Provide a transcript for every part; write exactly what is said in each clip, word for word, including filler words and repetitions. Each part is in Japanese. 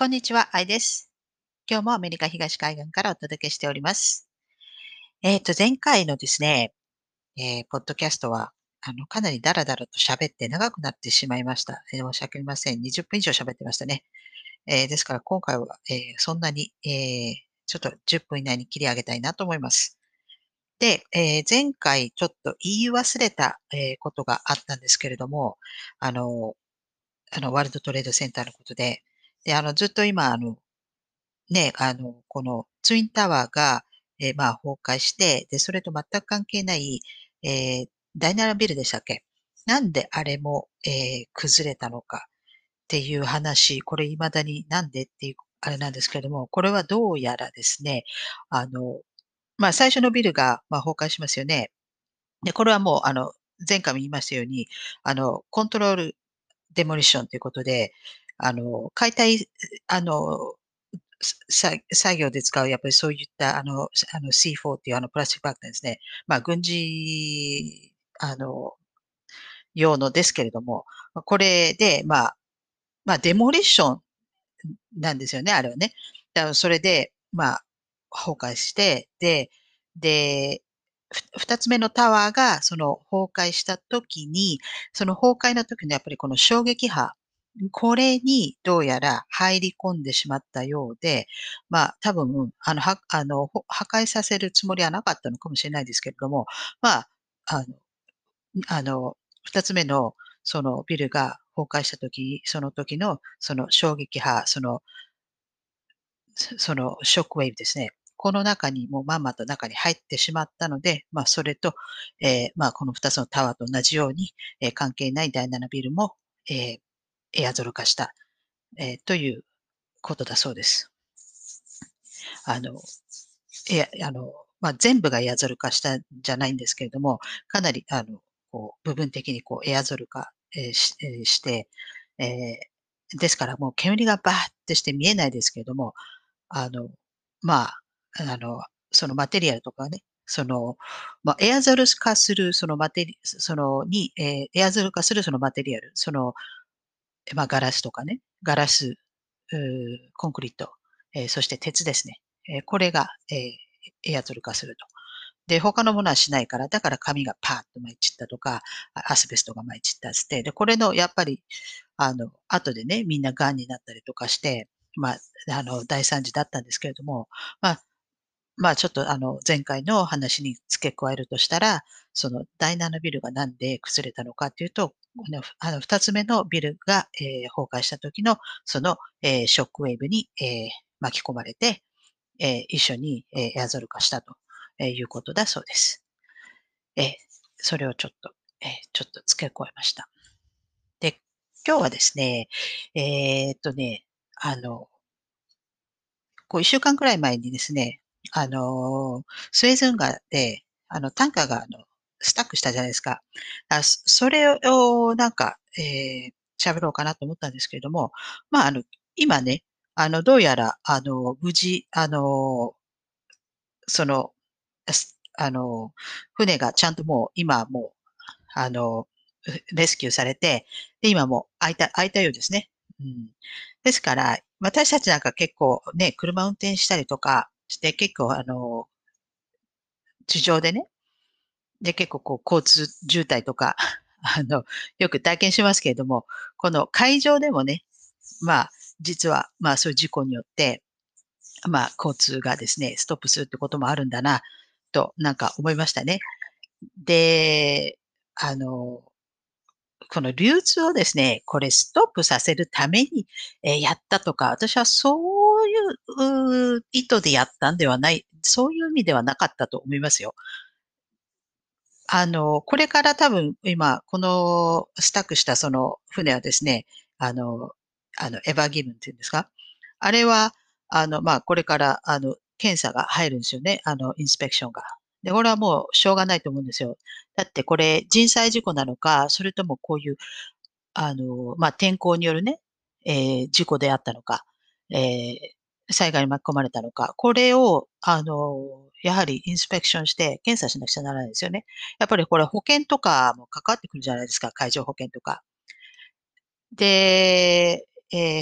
こんにちは、アイです。今日もアメリカ東海岸からお届けしております。えっと、前回のですね、えーポッドキャストは、あの、かなりダラダラと喋って長くなってしまいました。えー申し訳ありません。にじゅっぷん以上喋ってましたね。えーですから今回は、えーそんなに、えーちょっとじゅっぷん以内に切り上げたいなと思います。で、えー前回ちょっと言い忘れた、えーことがあったんですけれども、あの、あの、ワールドトレードセンターのことで、で、あの、ずっと今、あの、ね、あの、このツインタワーが、えーまあ、崩壊して、で、それと全く関係ない、えー、第七ビルでしたっけ？なんであれも、えー崩れたのかっていう話、これ未だになんでっていう、あれなんですけれども、これはどうやらですね、あの、まあ、最初のビルが、まあ、崩壊しますよね。で、これはもう、あの、前回も言いましたように、あの、コントロールデモリッションということで、あの、解体、あの、さ作業で使う、やっぱりそういった、あの、あの シーフォー っていうあのプラスチック爆弾ですね。まあ、軍事、あの、用のですけれども、これで、まあ、まあ、デモリッションなんですよね、あれはね。だからそれで、まあ、崩壊して、で、で、ふ二つ目のタワーが、その崩壊した時に、その崩壊の時のやっぱりこの衝撃波、これにどうやら入り込んでしまったようで、まあ多分、あの、は、あの、ほ破壊させるつもりはなかったのかもしれないですけれども、まあ、あの、あの、二つ目のそのビルが崩壊した時、その時のその衝撃波、そのそそのショックウェーブですね。この中にもうまんまと中に入ってしまったので、まあそれと、えーまあこの二つのタワーと同じように、えー関係ないだいななビルも、えーエアゾル化した、えーということだそうです。あの、いや、あの、まあ全部がエアゾル化したんじゃないんですけれども、かなり、あの、こう部分的にこうエアゾル化、えーし、えーして、えーですからもう煙がバーってして見えないですけれども、あの、まあ、あの、そのマテリアルとかね、その、まあ、エアゾル化する、そのマテリ、その、に、えーエアゾル化するそのマテリアル、その、まあ、ガラスとかね、ガラス、うーコンクリート、えーそして鉄ですね。えーこれが、えーエアゾル化すると。で、他のものはしないから、だから紙がパーッと舞い散ったとか、アスベストが舞い散ったっつって、で、これの、やっぱり、あの、後でね、みんな癌になったりとかして、まあ、あの、大惨事だったんですけれども、まあ、まあ、ちょっとあの、前回の話に付け加えるとしたら、その、第七ビルがなんで崩れたのかっていうと、このあの、二つ目のビルが、えー崩壊した時の、その、えーショックウェーブに、えー巻き込まれて、えー一緒に、えーエアゾル化したと、えーいうことだそうです。えーそれをちょっと、えーちょっと付け加えました。で、今日はですね、えーっとね、あの、こう一週間くらい前にですね、あの、スエズ運河で、あの、タンカーが、あの、スタックしたじゃないですか。あ、そそれを、なんか、えー喋ろうかなと思ったんですけれども、まあ、あの、今ね、あの、どうやら、あの、無事、あの、その、すあの、船がちゃんともう、今もう、あの、レスキューされて、で、今もう開いた、開いたようですね。うん。ですから、私たちなんか結構ね、車運転したりとかして結構あの、地上でね、で結構こう交通渋滞とか、あの、よく体験しますけれども、この海上でもね、まあ、実は、まあそういう事故によって、まあ交通がですね、ストップするってこともあるんだな、となんか思いましたね。で、あの、この流通をですね、これストップさせるために、えーやったとか、私はそういううー意図でやったんではない、そういう意味ではなかったと思いますよ。あの、これから多分今、このスタックしたその船はですね、あの、あの、エヴァーギブンっていうんですか？あれは、あの、まあ、これから、あの、検査が入るんですよね。あの、インスペクションが。で、これはもうしょうがないと思うんですよ。だってこれ人災事故なのか、それともこういうあの、まあ、天候によるね、えー事故であったのか、えー災害に巻き込まれたのか、これを、あの、やはりインスペクションして検査しなくちゃならないですよね。やっぱりこれ保険とかも関わってくるじゃないですか、海上保険とか。で、えー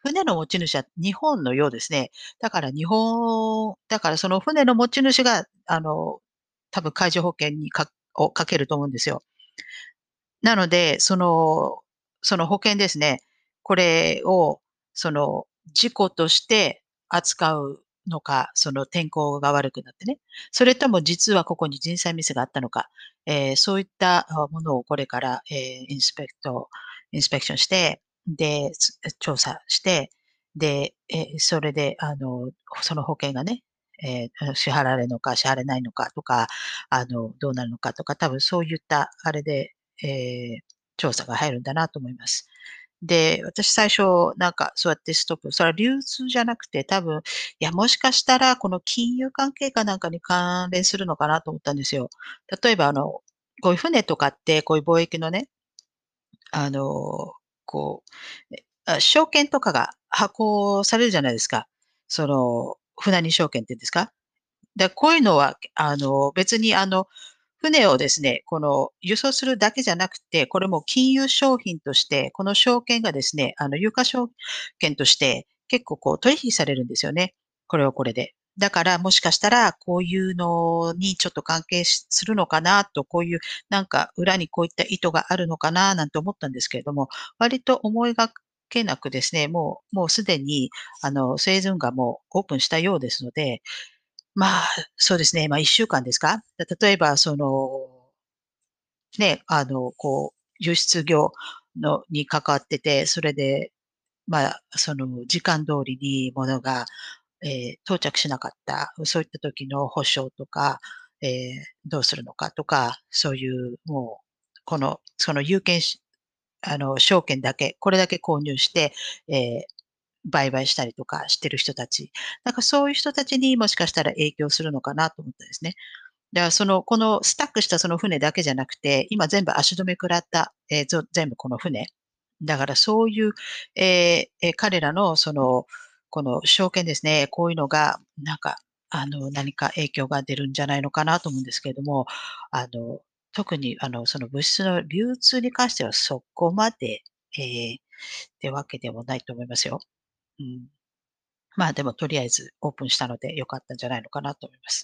船の持ち主は日本のようですね。だから日本、だからその船の持ち主が、あの、多分海上保険にか、をかけると思うんですよ。なので、その、その保険ですね。これを、その、事故として扱うのか、その天候が悪くなってね。それとも実はここに人災ミスがあったのか、えーそういったあものをこれから、えーインスペクト、インスペクションして、で、つ調査して、で、えーそれで、あの、その保険がね、えー支払われるのか支払われないのかとか、あの、どうなるのかとか、多分そういった、あれで、えー調査が入るんだなと思います。で、私最初、なんかそうやってストップ、それは流通じゃなくて多分、いや、もしかしたらこの金融関係かなんかに関連するのかなと思ったんですよ。例えば、あの、こういう船とかって、こういう貿易のね、あの、こう、えあ証券とかが発行されるじゃないですか。その、船荷証券っていうんですか。で、こういうのは、あの、別にあの、船をですね、この輸送するだけじゃなくて、これも金融商品として、この証券がですね、あの、有価証券として結構こう取引されるんですよね。これはこれで。だからもしかしたらこういうのにちょっと関係しするのかなと、こういうなんか裏にこういった意図があるのかななんて思ったんですけれども、割と思いがけなくですね、もう、もうすでに、あの、セーズンがもうオープンしたようですので、まあ、そうですね。まあ、一週間ですか。例えば、その、ね、あの、こう、輸出業の、に関わってて、それで、まあ、その、時間通りに物が、えー到着しなかった。そういった時の保証とか、えーどうするのかとか、そういう、もう、この、その有権し、あの、証券だけ、これだけ購入して、えー売買したりとかしてる人たち。なんかそういう人たちにもしかしたら影響するのかなと思ったんですね。だからその、このスタックしたその船だけじゃなくて、今全部足止め食らった、えーぞ全部この船。だからそういう、えーえー彼らのその、この証券ですね、こういうのが、なんか、あの、何か影響が出るんじゃないのかなと思うんですけれども、あの、特に、あの、その物質の流通に関してはそこまで、えーってわけでもないと思いますよ。うん。まあでもとりあえずオープンしたので良かったんじゃないのかなと思います。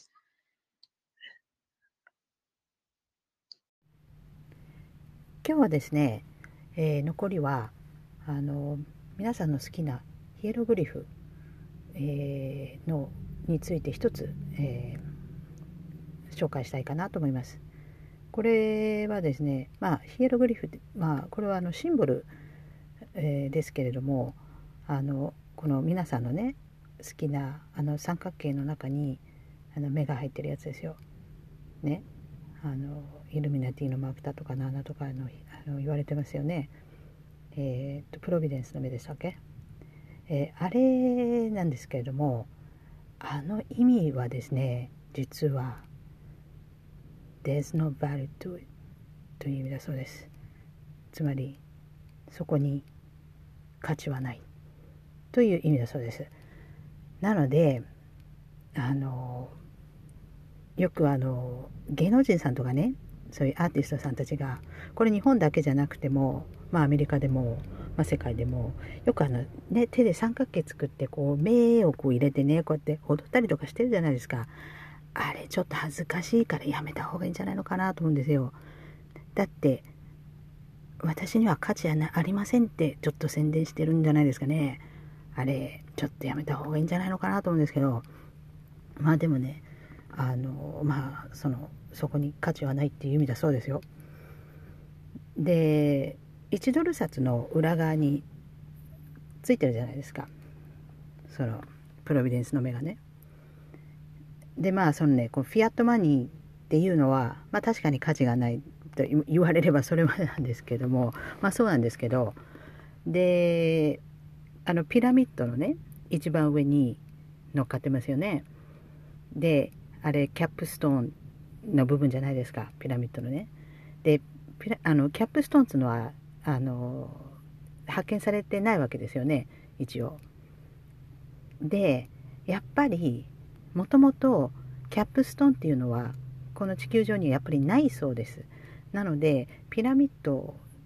今日はですね、えー残りはあの皆さんの好きなヒエログリフ、えーのについて一つ、えー紹介したいかなと思います。これはですね、まあ、ヒエログリフって、まあ、これはあのシンボル、えーですけれども、あのこの皆さんのね好きなあの三角形の中にあの目が入ってるやつですよ。ね、あのイルミナティのマークだとかナーナとかのあの言われてますよね。えーとプロビデンスの目でしたっけ、えーあれなんですけれども、あの意味はですね、実は There's no value to it という意味だそうです。つまりそこに価値はないという意味だそうです。なので、あのよくあの芸能人さんとかね、そういうアーティストさんたちが、これ日本だけじゃなくても、まあ、アメリカでも、まあ、世界でもよくあの、ね、手で三角形作ってこう目をこう入れてね、こうやって踊ったりとかしてるじゃないですか。あれちょっと恥ずかしいからやめた方がいいんじゃないのかなと思うんですよ。だって私には価値はありませんってちょっと宣伝してるんじゃないですかね。あれちょっとやめた方がいいんじゃないのかなと思うんですけど、まあでもね、あのまあそのそこに価値はないっていう意味だそうですよ。で、いちドル札の裏側についてるじゃないですか、そのプロビデンスの目がね。でまあそのね、こうフィアットマニーっていうのは、まあ、確かに価値がないと言われればそれまでなんですけども、まあそうなんですけど、であのピラミッドのね一番上に乗っかってますよね。であれキャップストーンの部分じゃないですか、ピラミッドのね。でピラあのキャップストーンっていうのはあの発見されてないわけですよね、一応。でやっぱりもともとキャップストーンっていうのはこの地球上にはやっぱりないそうです。なのでピラミッド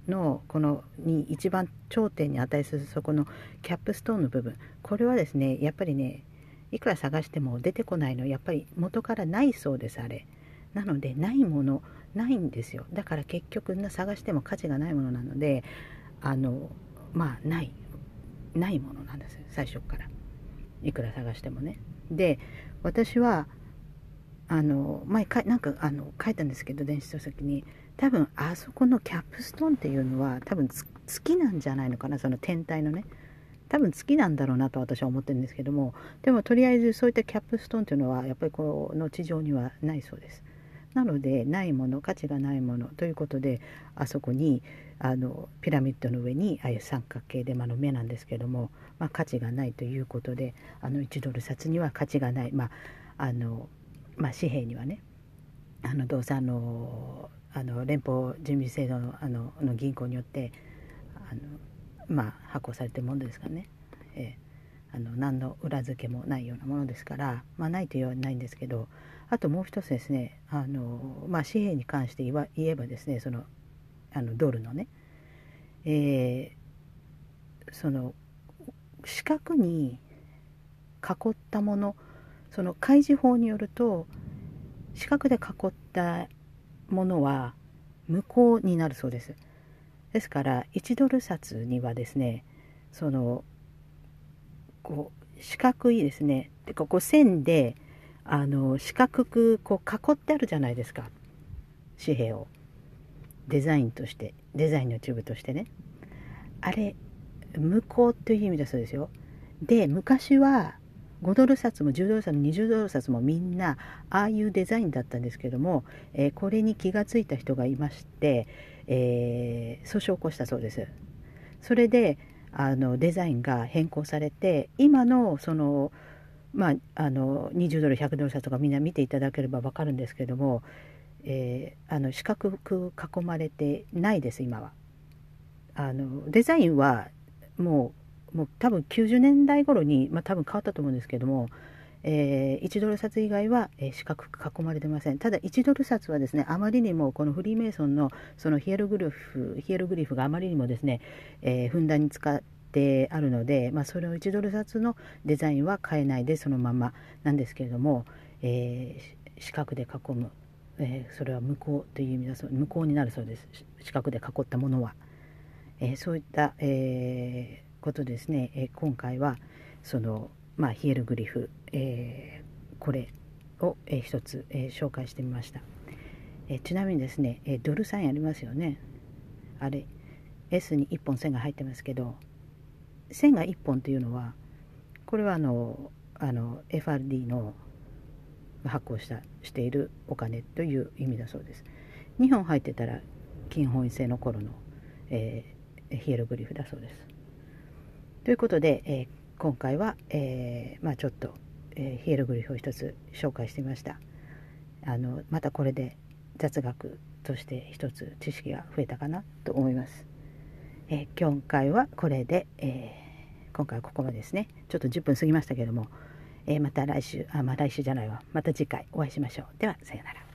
のこのに一番頂点に値するそこのキャップストーンの部分、これはですねやっぱりねいくら探しても出てこないの、やっぱり元からないそうです。あれなのでないものないんですよ。だから結局探しても価値がないものなので、あのまあないないものなんですよ、最初からいくら探してもね。で私はあの前かなんかあの書いたんですけど、電子書籍に、多分あそこのキャップストーンっていうのは多分月なんじゃないのかな、その天体のね、多分月なんだろうなと私は思ってるんですけども、でもとりあえずそういったキャップストーンというのはやっぱりこの地上にはないそうです。なのでないもの、価値がないものということで、あそこにあのピラミッドの上にああいう三角形で、まあ、の目なんですけども、まあ、価値がないということで、あのいちドル札には価値がない、まああのまあ、紙幣にはね、あのどうせあのあの連邦準備制度のあのの銀行によってあの、まあ、発行されてるものですからね、えー、あの何の裏付けもないようなものですから、まあ、ないというのはないんですけど、あともう一つですね、あの、まあ、紙幣に関して言わ言えばですね、そのあのドルのね、えー、その四角に囲ったもの、その開示法によると四角で囲ったものは無効になるそうです。ですからいちドル札にはですね、そのこう四角いですね、でここ線であの四角くこう囲ってあるじゃないですか、紙幣をデザインとして、デザインの一部としてね、あれ無効という意味だそうですよ。で昔はごドル札もじゅうドル札もにじゅうドル札もみんなああいうデザインだったんですけども、えー、これに気がついた人がいまして、えー、訴訟を起こしたそうです。それであのデザインが変更されて、今のそのまああのにじゅうドルひゃくドル札とかみんな見ていただければ分かるんですけども、えー、あの四角く囲まれてないです今は。あのデザインはもうもう多分きゅうじゅうねんだい頃に、まあ、多分変わったと思うんですけども、えー、いちドル札以外は、えー、四角く囲まれてません。ただいちドル札はですね、あまりにもこのフリーメイソンのそのヒエログリフヒエログリフがあまりにもですね、えー、ふんだんに使ってあるので、まあ、それをいちドル札のデザインは変えないでそのままなんですけれども、えー、四角で囲む、えー、それは無効という意味だそう、無効になるそうです。四角で囲ったものは。えー、そういった、えー、ことですね、えー、今回はその、まあ、ヒエログリフ、えー、これを、えー、一つ、えー、紹介してみました。えー、ちなみにですね、えー、ドルサインありますよね。あれ S にいっぽん線が入ってますけど、線がいっぽんというのはこれはあのあの エフアールディー の発行したしているお金という意味だそうです。にほん入ってたら金本位制の頃の、えーヒエログリフだそうです。ということで、えー、今回は、えーまあ、ちょっと、えー、ヒエログリフを一つ紹介してみました。あのまたこれで雑学として一つ知識が増えたかなと思います。えー、今回はこれで、えー、今回はここまでですね。ちょっとじゅっぷん過ぎましたけども、えー、また来週あ、まあ、来週じゃないわ、また次回お会いしましょう。ではさようなら。